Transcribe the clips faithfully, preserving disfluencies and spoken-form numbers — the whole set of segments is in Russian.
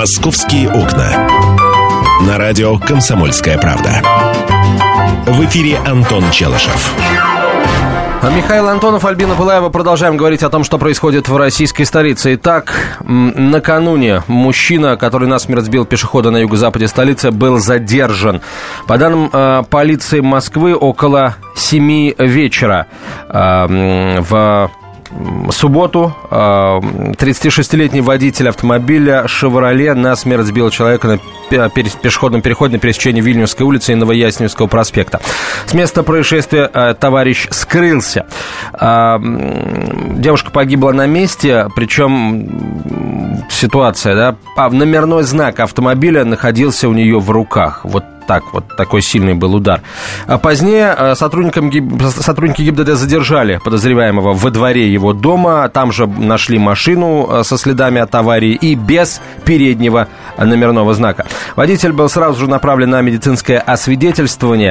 «Московские окна». На радио «Комсомольская правда». В эфире Антон Челышев. Михаил Антонов, Альбина Пылаева. Продолжаем говорить о том, что происходит в российской столице. Итак, накануне мужчина, который насмерть сбил пешехода на юго-западе столицы, был задержан. По данным э, полиции Москвы, около семи вечера э, в субботу тридцатишестилетний водитель автомобиля «Шевроле» насмерть сбил человека на пешеходном переходе на пересечении Вильнюсской улицы и Новоясеневского проспекта. С места происшествия товарищ скрылся. Девушка погибла на месте, причем ситуация, да, номерной знак автомобиля находился у нее в руках. Вот так вот, такой сильный был удар. А позднее сотрудникам, сотрудники ГИБДД задержали подозреваемого во дворе его дома. Там же нашли машину со следами от аварии и без переднего номерного знака. Водитель был сразу же направлен на медицинское освидетельствование.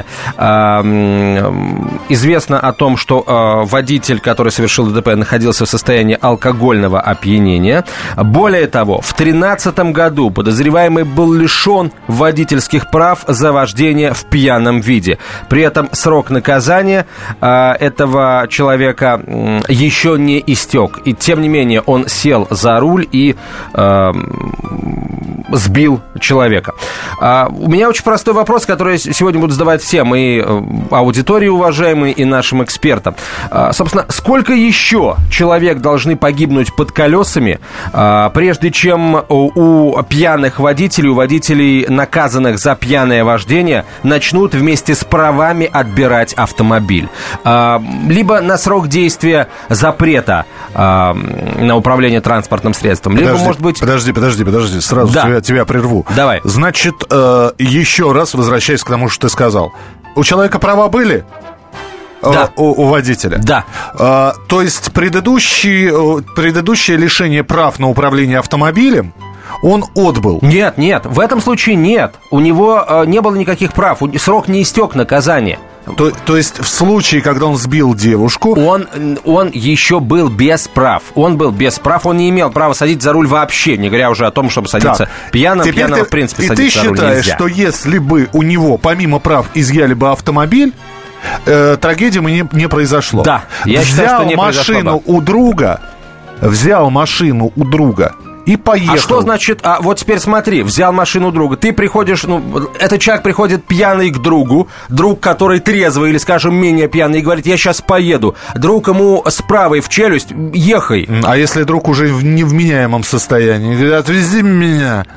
Известно о том, что водитель, который совершил ДТП, находился в состоянии алкогольного опьянения. Более того, в две тысячи тринадцатом году подозреваемый был лишен водительских прав за вождение в пьяном виде. При этом срок наказания э, этого человека э, еще не истек. И тем не менее он сел за руль и э, сбил человека. А, у меня очень простой вопрос, который я сегодня буду задавать всем, и аудитории уважаемой, и нашим экспертам. А, собственно, сколько еще человек должны погибнуть под колесами, а, прежде чем у, у пьяных водителей, у водителей, наказанных за пьяное вождение, начнут вместе с правами отбирать автомобиль? А, либо на срок действия запрета а, на управление транспортным средством, подожди, либо, может быть... Подожди, подожди, подожди, сразу да. тебя, тебя прерву. Давай. Значит, э, еще раз возвращаясь к тому, что ты сказал. У человека права были? Да. У, у водителя? Да. А, то есть предыдущий, предыдущее лишение прав на управление автомобилем он отбыл? Нет, нет, в этом случае нет. У него э, не было никаких прав, срок не истек наказания. То, то есть в случае, когда он сбил девушку... Он, он еще был без прав. Он был без прав, он не имел права садиться за руль вообще, не говоря уже о том, чтобы садиться пьяным. Пьяного, в принципе, садиться за руль нельзя. И ты считаешь, что если бы у него, помимо прав, изъяли бы автомобиль, э, трагедии бы не, не произошло? Да, я взял считаю, что не машину произошло, у друга, взял машину у друга... и поехал. А что значит, а вот теперь смотри, взял машину друга, ты приходишь, ну, этот человек приходит пьяный к другу, друг, который трезвый или, скажем, менее пьяный, и говорит, я сейчас поеду. Друг ему с правой в челюсть, ехай. А если друг уже в невменяемом состоянии, говорит, отвези меня...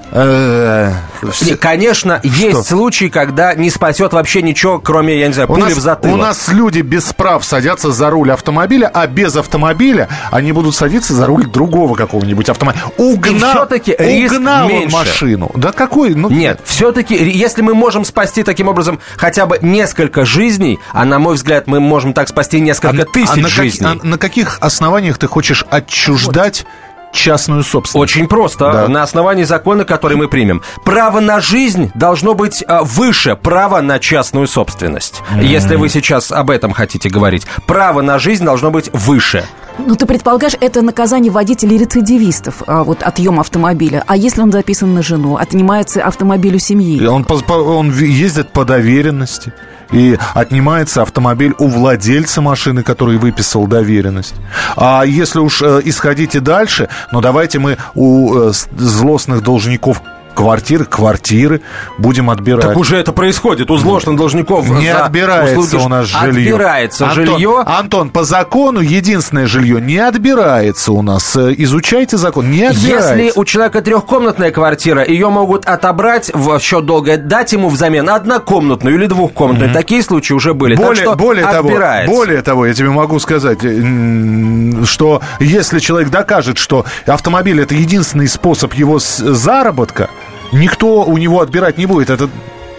Конечно, есть случаи, когда не спасет вообще ничего, кроме, я не знаю, пули в затылок. У нас люди без прав садятся за руль автомобиля, а без автомобиля они будут садиться за руль другого какого-нибудь автомобиля. Угнал, все-таки риск угнал меньше. Он машину. Да какой? Ну... Нет, все-таки, если мы можем спасти таким образом хотя бы несколько жизней, а на мой взгляд, мы можем так спасти несколько а, тысяч а на жизней. Как, а на каких основаниях ты хочешь отчуждать... Вот. Частную собственность? Очень просто. Да. На основании закона, который мы примем. Право на жизнь должно быть а, выше права на частную собственность. Mm-hmm. Если вы сейчас об этом хотите говорить. Право на жизнь должно быть выше. Ну, ты предполагаешь, это наказание водителей-рецидивистов, а, вот, отъем автомобиля. А если он записан на жену, отнимается автомобиль у семьи? Он, он ездит по доверенности. И отнимается автомобиль у владельца машины, который выписал доверенность. А если уж э, исходить и дальше, ну давайте мы у э, злостных должников квартиры, квартиры будем отбирать. Так уже это происходит. У злостных должников не за отбирается услуги... у нас жилье. Отбирается Антон, жилье. Антон, по закону единственное жилье не отбирается у нас. Изучайте закон. Не отбирается. Если у человека трехкомнатная квартира, ее могут отобрать в счет долга, дать ему взамен однокомнатную или двухкомнатную. Mm-hmm. Такие случаи уже были. Более, так что более отбирается. Того, более того, я тебе могу сказать, что если человек докажет, что автомобиль — это единственный способ его заработка, никто у него отбирать не будет. Это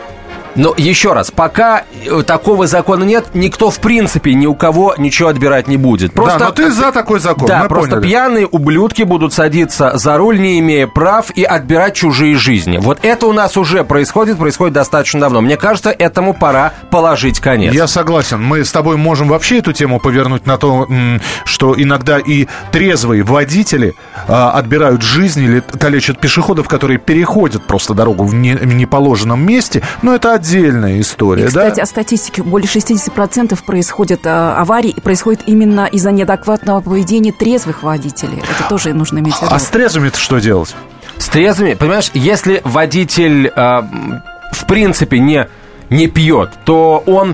Но еще раз, пока такого закона нет, никто в принципе ни у кого ничего отбирать не будет. Просто, да, но ты за такой закон. Да, мы просто поняли. Пьяные ублюдки будут садиться за руль, не имея прав, и отбирать чужие жизни. Вот это у нас уже происходит, происходит достаточно давно. Мне кажется, этому пора положить конец. Я согласен. Мы с тобой можем вообще эту тему повернуть на то, что иногда и трезвые водители а, отбирают жизни или калечат пешеходов, которые переходят просто дорогу в, не, в неположенном месте. Но это отдельная история. И, кстати, да? о статистике. Более шестьдесят процентов происходит а, аварий, и происходит именно из-за неадекватного поведения трезвых водителей. Это тоже нужно иметь в виду. А с трезвыми-то что делать? С трезвыми, понимаешь, если водитель э, в принципе не... не пьет, то он,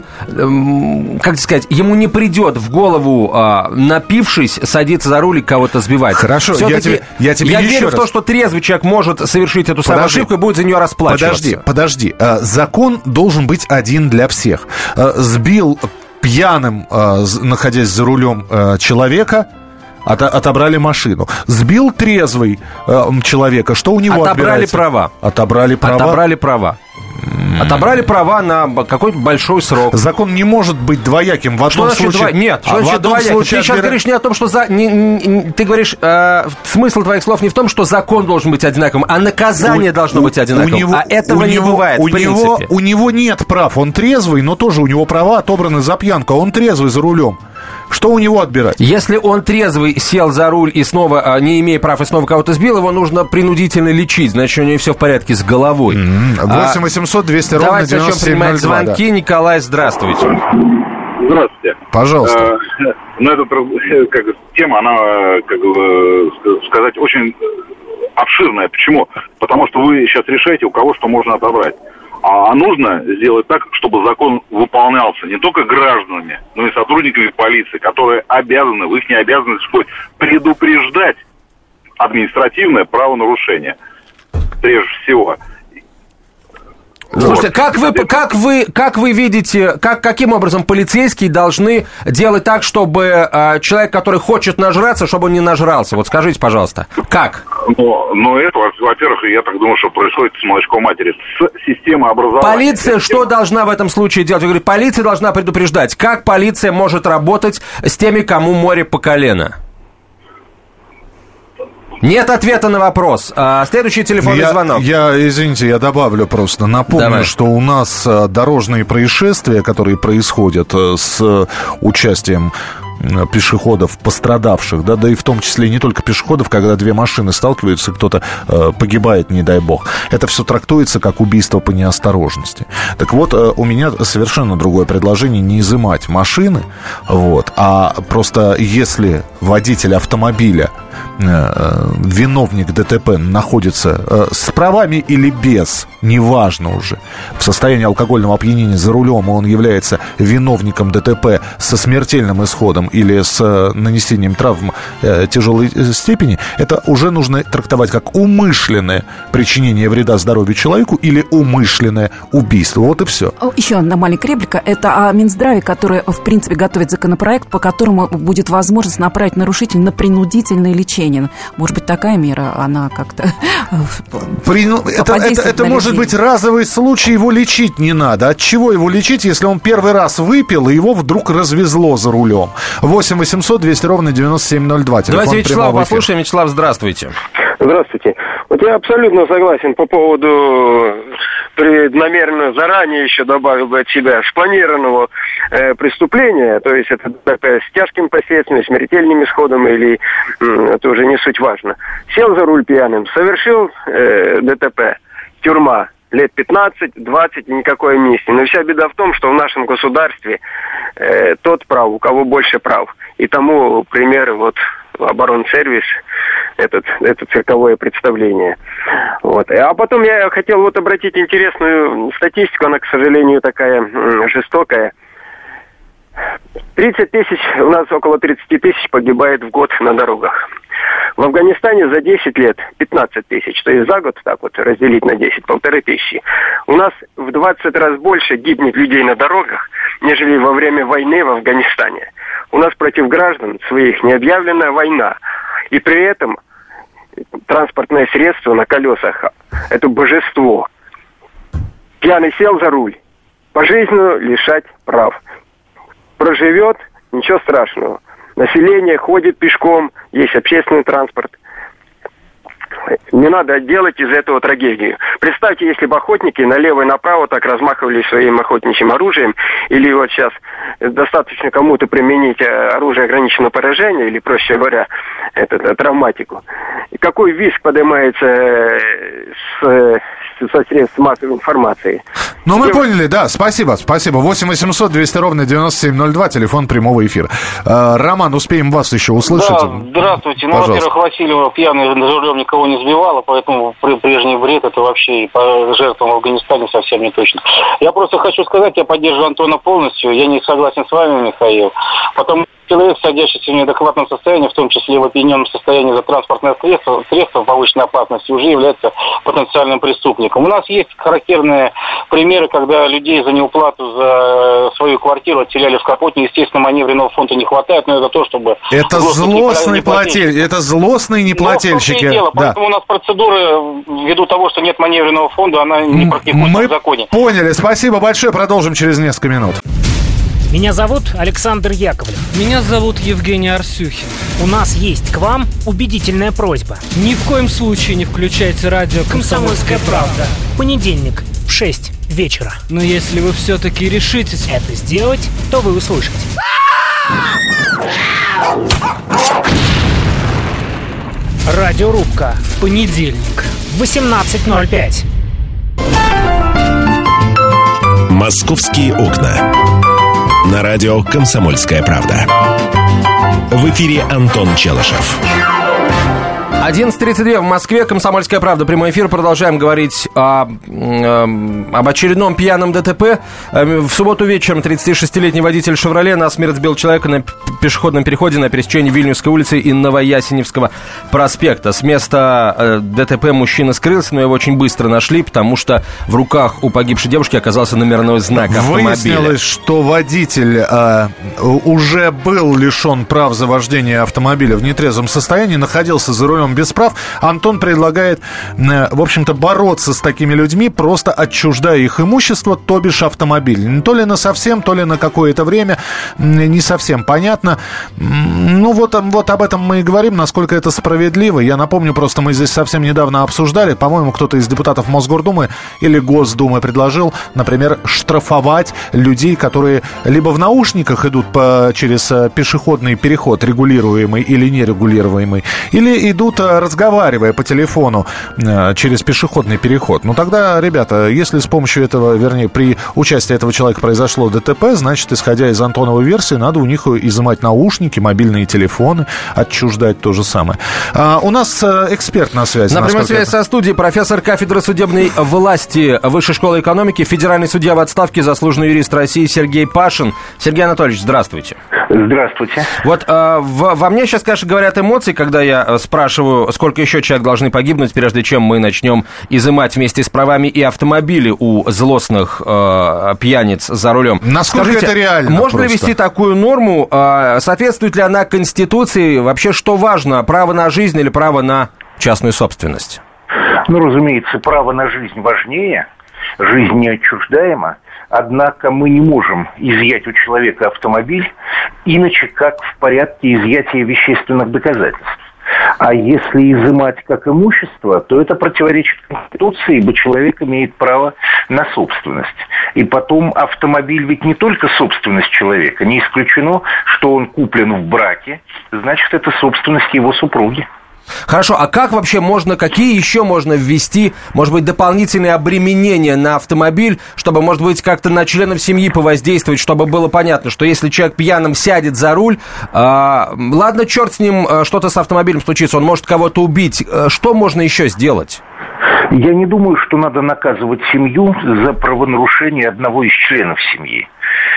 как сказать, ему не придет в голову, напившись, садиться за руль и кого-то сбивать. Хорошо, я тебе, я тебе я еще верю раз. в то, что трезвый человек может совершить эту самую Подожди. ошибку и будет за нее расплачиваться. Подожди, подожди. Закон должен быть один для всех. Сбил пьяным, находясь за рулем человека, От, отобрали машину. Сбил трезвый э, человека. Что у него Отобрали отбирается? права. Отобрали права. Отобрали права. Mm. Отобрали права на какой-то большой срок. Закон не может быть двояким. В одном что случае... Два... Нет, а что значит двояким? Ты сейчас отбира... говоришь не о том, что... За... Не, не, ты говоришь... Э, смысл твоих слов не в том, что закон должен быть одинаковым, а наказание у, должно у, быть одинаковым. У него, а этого у не него, бывает, у в принципе. Него, у него нет прав. Он трезвый, но тоже у него права отобраны за пьянку. А он трезвый за рулем. Что у него отбирать? Если он трезвый сел за руль и снова, не имея прав, и снова кого-то сбил, его нужно принудительно лечить. Значит, у него все в порядке с головой. восемь восемьсот двести ровно девяносто семь ноль два. Звонки. Да. Николай, здравствуйте. Здравствуйте. Пожалуйста. Э, ну, эта как, тема, она, как сказать, очень обширная. Почему? Потому что вы сейчас решаете, у кого что можно отобрать. А нужно сделать так, чтобы закон выполнялся не только гражданами, но и сотрудниками полиции, которые обязаны, в их обязанность входит предупреждать административное правонарушение. Прежде всего. Слушайте, вот. как вы, как вы, как вы видите, как, каким образом полицейские должны делать так, чтобы э, человек, который хочет нажраться, чтобы он не нажрался? Вот скажите, пожалуйста, как? Но, но это, во-первых, я так думаю, что происходит с молочком матери, с системой образования. Полиция что должна в этом случае делать? Вы говорите, полиция должна предупреждать. Как полиция может работать с теми, кому море по колено? Нет ответа на вопрос. А, следующий телефонный я, звонок. Я, извините, я добавлю просто. Напомню, Давай. что у нас дорожные происшествия, которые происходят с участием пешеходов, пострадавших, да, да и в том числе не только пешеходов, когда две машины сталкиваются, кто-то э, погибает, не дай бог. Это все трактуется как убийство по неосторожности. Так вот, э, у меня совершенно другое предложение: не изымать машины, вот, а просто если водитель автомобиля, э, виновник ДТП находится э, с правами или без, неважно уже, в состоянии алкогольного опьянения за рулем, и он является виновником ДТП со смертельным исходом или с э, нанесением травм э, тяжелой степени, это уже нужно трактовать как умышленное причинение вреда здоровью человеку или умышленное убийство. Вот и все. Еще одна маленькая реплика. Это о Минздраве, который, в принципе, готовит законопроект, по которому будет возможность направить нарушителя на принудительное лечение. Может быть, такая мера, она как-то... Прину... Это, это, это может быть разовый случай, его лечить не надо. От чего его лечить, если он первый раз выпил, и его вдруг развезло за рулем? восемь восемьсот двести ровно девяносто семь ноль два. Давайте Вячеслава послушаем. Вячеслав, здравствуйте. Здравствуйте. Вот я абсолютно согласен по поводу преднамеренно, заранее еще добавил бы от себя, спланированного э, преступления, то есть это такая с тяжким последствием, смертельным исходом, или э, это уже не суть важно. Сел за руль пьяным, совершил э, ДТП, тюрьма. Лет пятнадцать-двадцать, никакой амнистии. Но вся беда в том, что в нашем государстве э, тот прав, у кого больше прав. И тому пример вот оборонсервис, этот, это цирковое представление. Вот. А потом я хотел вот обратить интересную статистику, она, к сожалению, такая м, жестокая. тридцать тысяч, у нас около тридцать тысяч погибает в год на дорогах. В Афганистане за десять лет пятнадцать тысяч, то есть за год так вот разделить на десять, полторы тысячи. У нас в двадцать раз больше гибнет людей на дорогах, нежели во время войны в Афганистане. У нас против граждан своих не объявлена война. И при этом транспортное средство на колесах – это божество. Пьяный сел за руль пожизненно лишать прав. Проживет, ничего страшного. Население ходит пешком, есть общественный транспорт. Не надо делать из этого трагедию. Представьте, если бы охотники налево и направо так размахивали своим охотничьим оружием, или вот сейчас достаточно кому-то применить оружие ограниченного поражения, или, проще говоря, это, травматику. И какой визг поднимается с, со средств массовой информации. Ну, мы поняли, да, спасибо, спасибо. восемь восемьсот двести ровно девяносто семь ноль два, телефон прямого эфира. Э, Роман, успеем вас еще услышать? Да, здравствуйте. Ну, во-первых, Васильева пьяный за рулем никого не сбивала, поэтому прежний бред это вообще и по жертвам в Афганистане совсем не точно. Я просто хочу сказать, я поддерживаю Антона полностью, я не согласен с вами, Михаил, потому человек, садящийся в неадекватном состоянии, в том числе в опьяненном состоянии за транспортное средство, средство повышенной опасности, уже является потенциальным преступником. У нас есть характерные примеры, когда людей за неуплату за свою квартиру отселяли в Капотне. Естественно, маневренного фонда не хватает, но это то, чтобы... Это злостные плательщики. Это злостные неплательщики. Но в том-то и дело. Да. Поэтому у нас процедура, ввиду того, что нет маневренного фонда, она не практикуется Мы в законе. Поняли. Спасибо большое. Продолжим через несколько минут. Меня зовут Александр Яковлев. Меня зовут Евгений Арсюхин. У нас есть к вам убедительная просьба. Ни в коем случае не включайте радио «Комсомольская правда». В понедельник в шесть вечера. Но если вы все-таки решитесь это сделать, то вы услышите. Радиорубка. В понедельник. восемнадцать ноль пять. «Московские окна». На радио «Комсомольская правда». В эфире Антон Челышев. одиннадцать тридцать два в Москве, «Комсомольская правда», прямой эфир. Продолжаем говорить о, э, об очередном пьяном ДТП. В субботу вечером тридцатишестилетний водитель «Шевроле» насмерть сбил человека на пешеходном переходе на пересечении Вильнюсской улицы и Новоясеневского проспекта. С места э, ДТП мужчина скрылся, но его очень быстро нашли, потому что в руках у погибшей девушки оказался номерной знак автомобиля. Выяснилось, что водитель э, уже был лишен прав за вождение автомобиля в нетрезвом состоянии, находился за рулем без прав. Антон предлагает, в общем-то, бороться с такими людьми, просто отчуждая их имущество, то бишь автомобиль. То ли на совсем, то ли на какое-то время, не совсем понятно. Ну, вот, вот об этом мы и говорим, насколько это справедливо. Я напомню, просто мы здесь совсем недавно обсуждали, по-моему, кто-то из депутатов Мосгордумы или Госдумы предложил, например, штрафовать людей, которые либо в наушниках идут по, через пешеходный переход, регулируемый или нерегулируемый, или идут разговаривая по телефону э, через пешеходный переход. Ну тогда, ребята, если с помощью этого, вернее, при участии этого человека произошло ДТП, значит, исходя из Антоновой версии, надо у них изымать наушники, мобильные телефоны, отчуждать то же самое. А, у нас э, эксперт на связи. На прямой связи со студией профессор кафедры судебной власти Высшей школы экономики, федеральный судья в отставке, заслуженный юрист России Сергей Пашин. Сергей Анатольевич, здравствуйте. Здравствуйте. Вот э, в, во мне сейчас, конечно, говорят эмоции, когда я спрашиваю, сколько еще человек должны погибнуть, прежде чем мы начнем изымать вместе с правами и автомобили у злостных э, пьяниц за рулем. Насколько Скажите, это реально? Можно просто? ввести такую норму? Э, соответствует ли она Конституции? Вообще, что важно? Право на жизнь или право на частную собственность? Ну, разумеется, право на жизнь важнее, жизнь неотчуждаема. Однако мы не можем изъять у человека автомобиль, иначе как в порядке изъятия вещественных доказательств. А если изымать как имущество, то это противоречит Конституции, ибо человек имеет право на собственность. И потом автомобиль ведь не только собственность человека. Не исключено, что он куплен в браке, значит, это собственность его супруги. Хорошо, а как вообще можно, какие еще можно ввести, может быть, дополнительные обременения на автомобиль, чтобы, может быть, как-то на членов семьи повоздействовать, чтобы было понятно, что если человек пьяным сядет за руль, э, ладно, черт с ним, э, что-то с автомобилем случится, он может кого-то убить, э, что можно еще сделать? Я не думаю, что надо наказывать семью за правонарушение одного из членов семьи.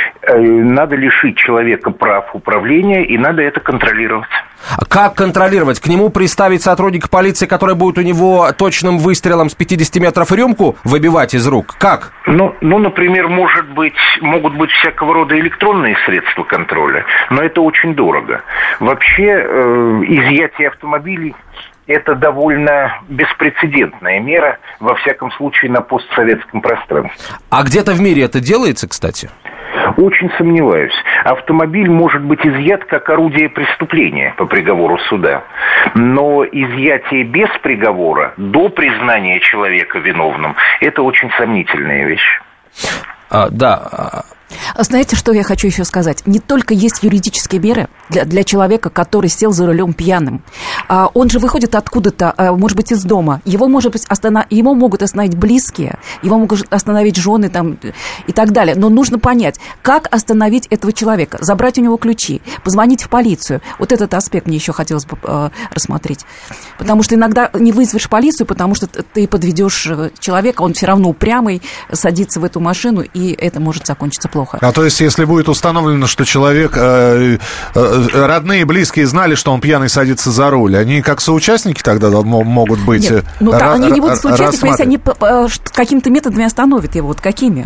Надо лишить человека прав управления, и надо это контролировать. А как контролировать? К нему приставить сотрудника полиции, который будет у него точным выстрелом с пятидесяти метров рюмку выбивать из рук? Как? Ну, ну, например, может быть, могут быть всякого рода электронные средства контроля, но это очень дорого. Вообще, э, изъятие автомобилей это довольно беспрецедентная мера, во всяком случае, на постсоветском пространстве. А где-то в мире это делается, кстати? Очень сомневаюсь. Автомобиль может быть изъят как орудие преступления по приговору суда. Но изъятие без приговора, до признания человека виновным, это очень сомнительная вещь. А, да. Знаете, что я хочу еще сказать? Не только есть юридические меры для, для человека, который сел за рулем пьяным. А, он же выходит откуда-то, а, может быть, из дома. Его, может быть, останов... его могут остановить близкие, его могут остановить жены там, и так далее. Но нужно понять, как остановить этого человека. Забрать у него ключи, позвонить в полицию. Вот этот аспект мне еще хотелось бы а, рассмотреть. Потому что иногда не вызовешь полицию, потому что ты подведешь человека, он все равно упрямый, садится в эту машину, и это может закончиться плохо. А то есть, если будет установлено, что человек, э, э, родные и близкие знали, что он пьяный садится за руль, они как соучастники тогда могут быть? Нет, ну, ра- они не будут соучастниками, если они какими-то методами остановят его. Вот какими?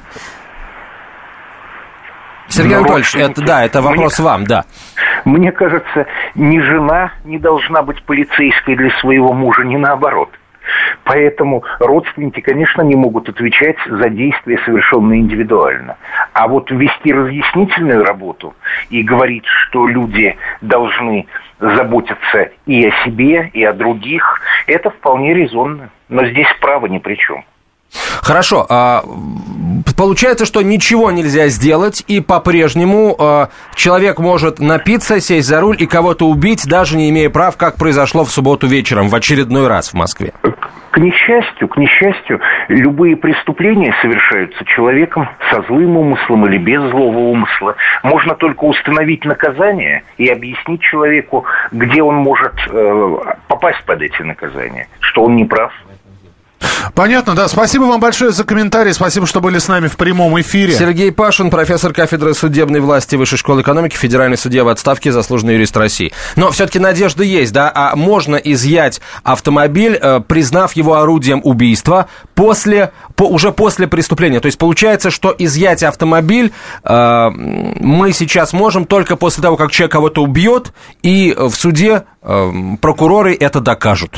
Сергей Анатольевич, это, да, это вопрос мне, вам, да. Мне кажется, ни жена не должна быть полицейской для своего мужа, ни наоборот. Поэтому родственники, конечно, не могут отвечать за действия, совершенные индивидуально. А вот вести разъяснительную работу и говорить, что люди должны заботиться и о себе, и о других, это вполне резонно. Но здесь право ни при чем. Хорошо. Получается, что ничего нельзя сделать, и по-прежнему человек может напиться, сесть за руль и кого-то убить, даже не имея прав, как произошло в субботу вечером в очередной раз в Москве. К несчастью, к несчастью, любые преступления совершаются человеком со злым умыслом или без злого умысла. Можно только установить наказание и объяснить человеку, где он может э, попасть под эти наказания, что он не прав. Понятно, да. Спасибо вам большое за комментарий. Спасибо, что были с нами в прямом эфире. Сергей Пашин, профессор кафедры судебной власти Высшей школы экономики, федеральный судья в отставке, заслуженный юрист России. Но все-таки надежда есть, да? А можно изъять автомобиль, признав его орудием убийства после, по, уже после преступления. То есть получается, что изъять автомобиль э, мы сейчас можем только после того, как человек кого-то убьет, и в суде э, прокуроры это докажут.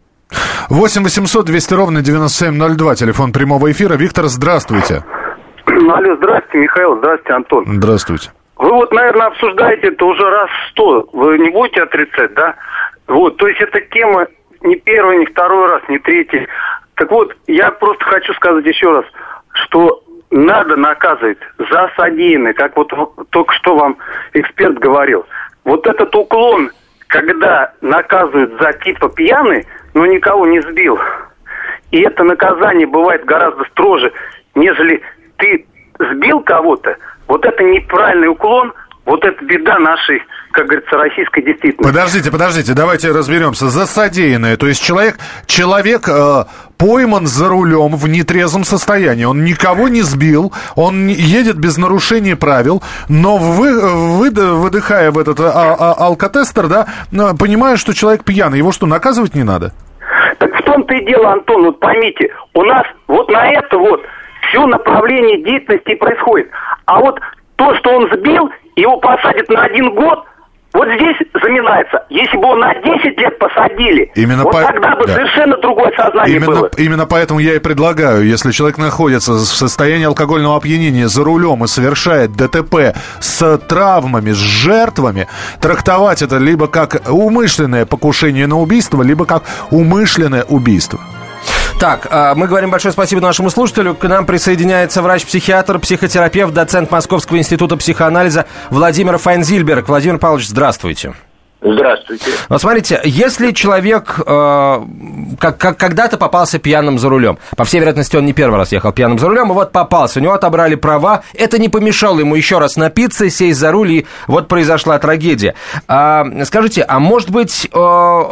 восемь восемьсот двести ровно девяносто семь ноль два, телефон прямого эфира. Виктор, здравствуйте. Алло, здравствуйте, Михаил, здравствуйте, Антон. Здравствуйте. Вы вот, наверное, обсуждаете это уже раз сто, вы не будете отрицать, да? Вот, то есть эта тема не первый, не второй раз, не третий. Так вот, я просто хочу сказать еще раз, что надо наказывать за содеянное, как вот только что вам эксперт говорил. Вот этот уклон, когда наказывают за типа пьяный, но никого не сбил. И это наказание бывает гораздо строже, нежели ты сбил кого-то. Вот это неправильный уклон, вот это беда нашей, как говорится, российской действительности. Подождите, подождите, давайте разберемся. За содеянное, то есть человек, человек э, пойман за рулем в нетрезвом состоянии. Он никого не сбил, он едет без нарушения правил, но вы, вы, выдыхая в этот а, а, алкотестер, да, понимая, что человек пьяный, его что, наказывать не надо? Так в том-то и дело, Антон, вот поймите, у нас вот на это вот все направление деятельности происходит. А вот то, что он сбил, его посадят на один год, вот здесь заминается. Если бы его на десять лет посадили, именно вот по... тогда бы да. совершенно другое сознание именно, было. Именно поэтому я и предлагаю, если человек находится в состоянии алкогольного опьянения за рулем и совершает ДТП с травмами, с жертвами, трактовать это либо как умышленное покушение на убийство, либо как умышленное убийство. Так, мы говорим большое спасибо нашему слушателю. К нам присоединяется врач-психиатр, психотерапевт, доцент Московского института психоанализа Владимир Файнзильберг. Владимир Павлович, здравствуйте. Здравствуйте. Вот смотрите, если человек э, как, как, когда-то попался пьяным за рулем, по всей вероятности, он не первый раз ехал пьяным за рулем, и вот попался, у него отобрали права, это не помешало ему еще раз напиться, сесть за руль, и вот произошла трагедия. А, скажите, а может быть, э,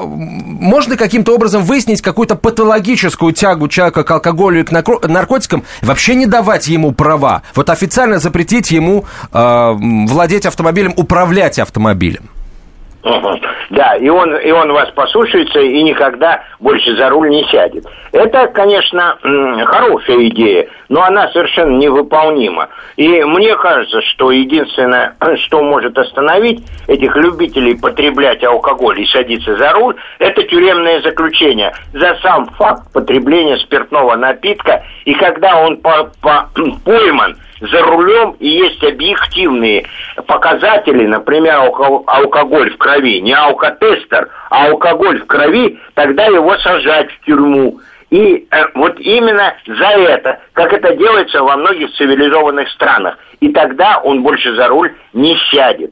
можно каким-то образом выяснить какую-то патологическую тягу человека к алкоголю и к наркотикам, вообще не давать ему права, вот официально запретить ему э, владеть автомобилем, управлять автомобилем? Угу. Да, и он, и он вас послушается и никогда больше за руль не сядет. Это, конечно, хорошая идея, но она совершенно невыполнима. И мне кажется, что единственное, что может остановить этих любителей потреблять алкоголь и садиться за руль, это тюремное заключение за сам факт потребления спиртного напитка. И когда он по, по, пойман за рулем, и есть объективные показатели, например, алкоголь в крови, не алкотестер, а алкоголь в крови, тогда его сажать в тюрьму. И э, вот именно за это, как это делается во многих цивилизованных странах. И тогда он больше за руль не сядет.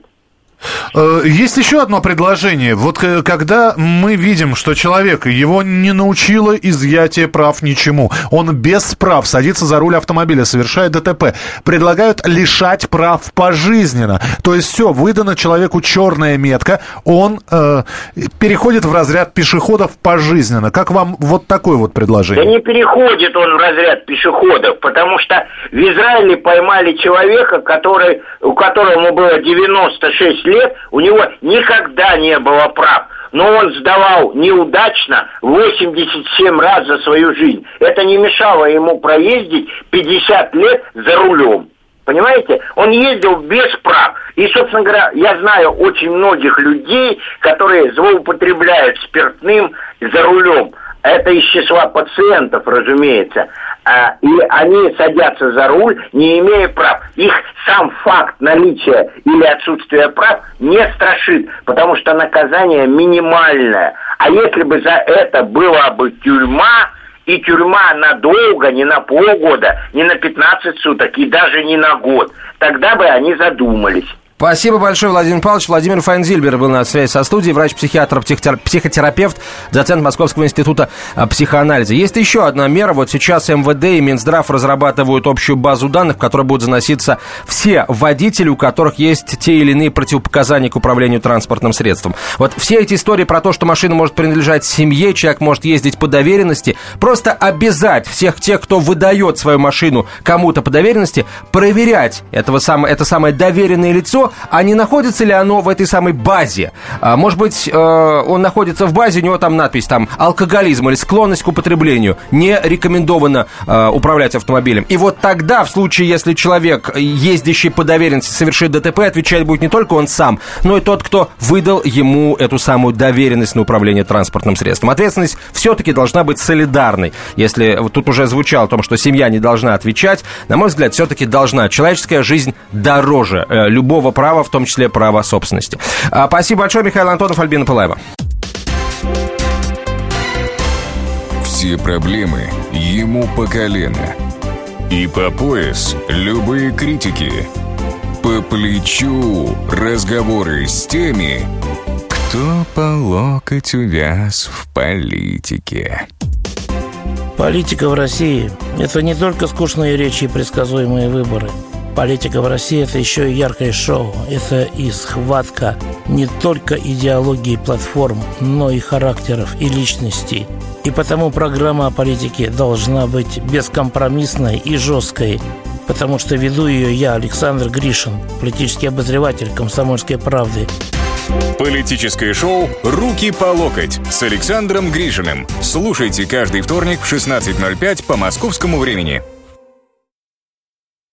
Есть еще одно предложение. Вот когда мы видим, что человек, его не научило изъятие прав ничему, он без прав садится за руль автомобиля, совершает ДТП, предлагают лишать прав пожизненно. То есть все, выдана человеку черная метка, он э, переходит в разряд пешеходов пожизненно. Как вам вот такое вот предложение? Да не переходит он в разряд пешеходов, потому что в Израиле поймали человека, который, у которого было девяносто шесть лет, у него никогда не было прав. Но он сдавал неудачно восемьдесят семь раз за свою жизнь. Это не мешало ему проездить пятьдесят лет за рулем. Понимаете? Он ездил без прав. И, собственно говоря, я знаю очень многих людей, которые злоупотребляют спиртным за рулем. Это из числа пациентов, разумеется. И они садятся за руль, не имея прав. Их сам факт наличия или отсутствия прав не страшит, потому что наказание минимальное. А если бы за это была бы тюрьма, и тюрьма надолго, не на полгода, не на пятнадцать суток, и даже не на год, тогда бы они задумались. Спасибо большое, Владимир Павлович. Владимир Файнзильбер был на связи со студией, врач-психиатр, психотерапевт, доцент Московского института психоанализа. Есть еще одна мера. Вот сейчас эм вэ дэ и Минздрав разрабатывают общую базу данных, в которой будут заноситься все водители, у которых есть те или иные противопоказания к управлению транспортным средством. Вот все эти истории про то, что машина может принадлежать семье, человек может ездить по доверенности, просто обязать всех тех, кто выдает свою машину кому-то по доверенности, проверять этого самого, это самое доверенное лицо, а не находится ли оно в этой самой базе. А, может быть, э, он находится в базе, у него там надпись, там, алкоголизм или склонность к употреблению. Не рекомендовано э, управлять автомобилем. И вот тогда, в случае, если человек, ездящий по доверенности, совершит ДТП, отвечать будет не только он сам, но и тот, кто выдал ему эту самую доверенность на управление транспортным средством. Ответственность все-таки должна быть солидарной. Если вот тут уже звучало о том, что семья не должна отвечать, на мой взгляд, все-таки должна. Человеческая жизнь дороже э, любого права, в том числе права собственности. А, спасибо большое, Михаил Антонов, Альбина Пылаева. Все проблемы ему по колено. И по пояс любые критики. По плечу разговоры с теми, кто по локоть увяз в политике. Политика в России – это не только скучные речи и предсказуемые выборы. Политика в России – это еще и яркое шоу. Это и схватка не только идеологии и платформ, но и характеров и личностей. И потому программа о политике должна быть бескомпромиссной и жесткой, потому что веду ее я, Александр Гришин, политический обозреватель «Комсомольской правды». Политическое шоу «Руки по локоть» с Александром Гришиным. Слушайте каждый вторник в шестнадцать ноль пять по московскому времени.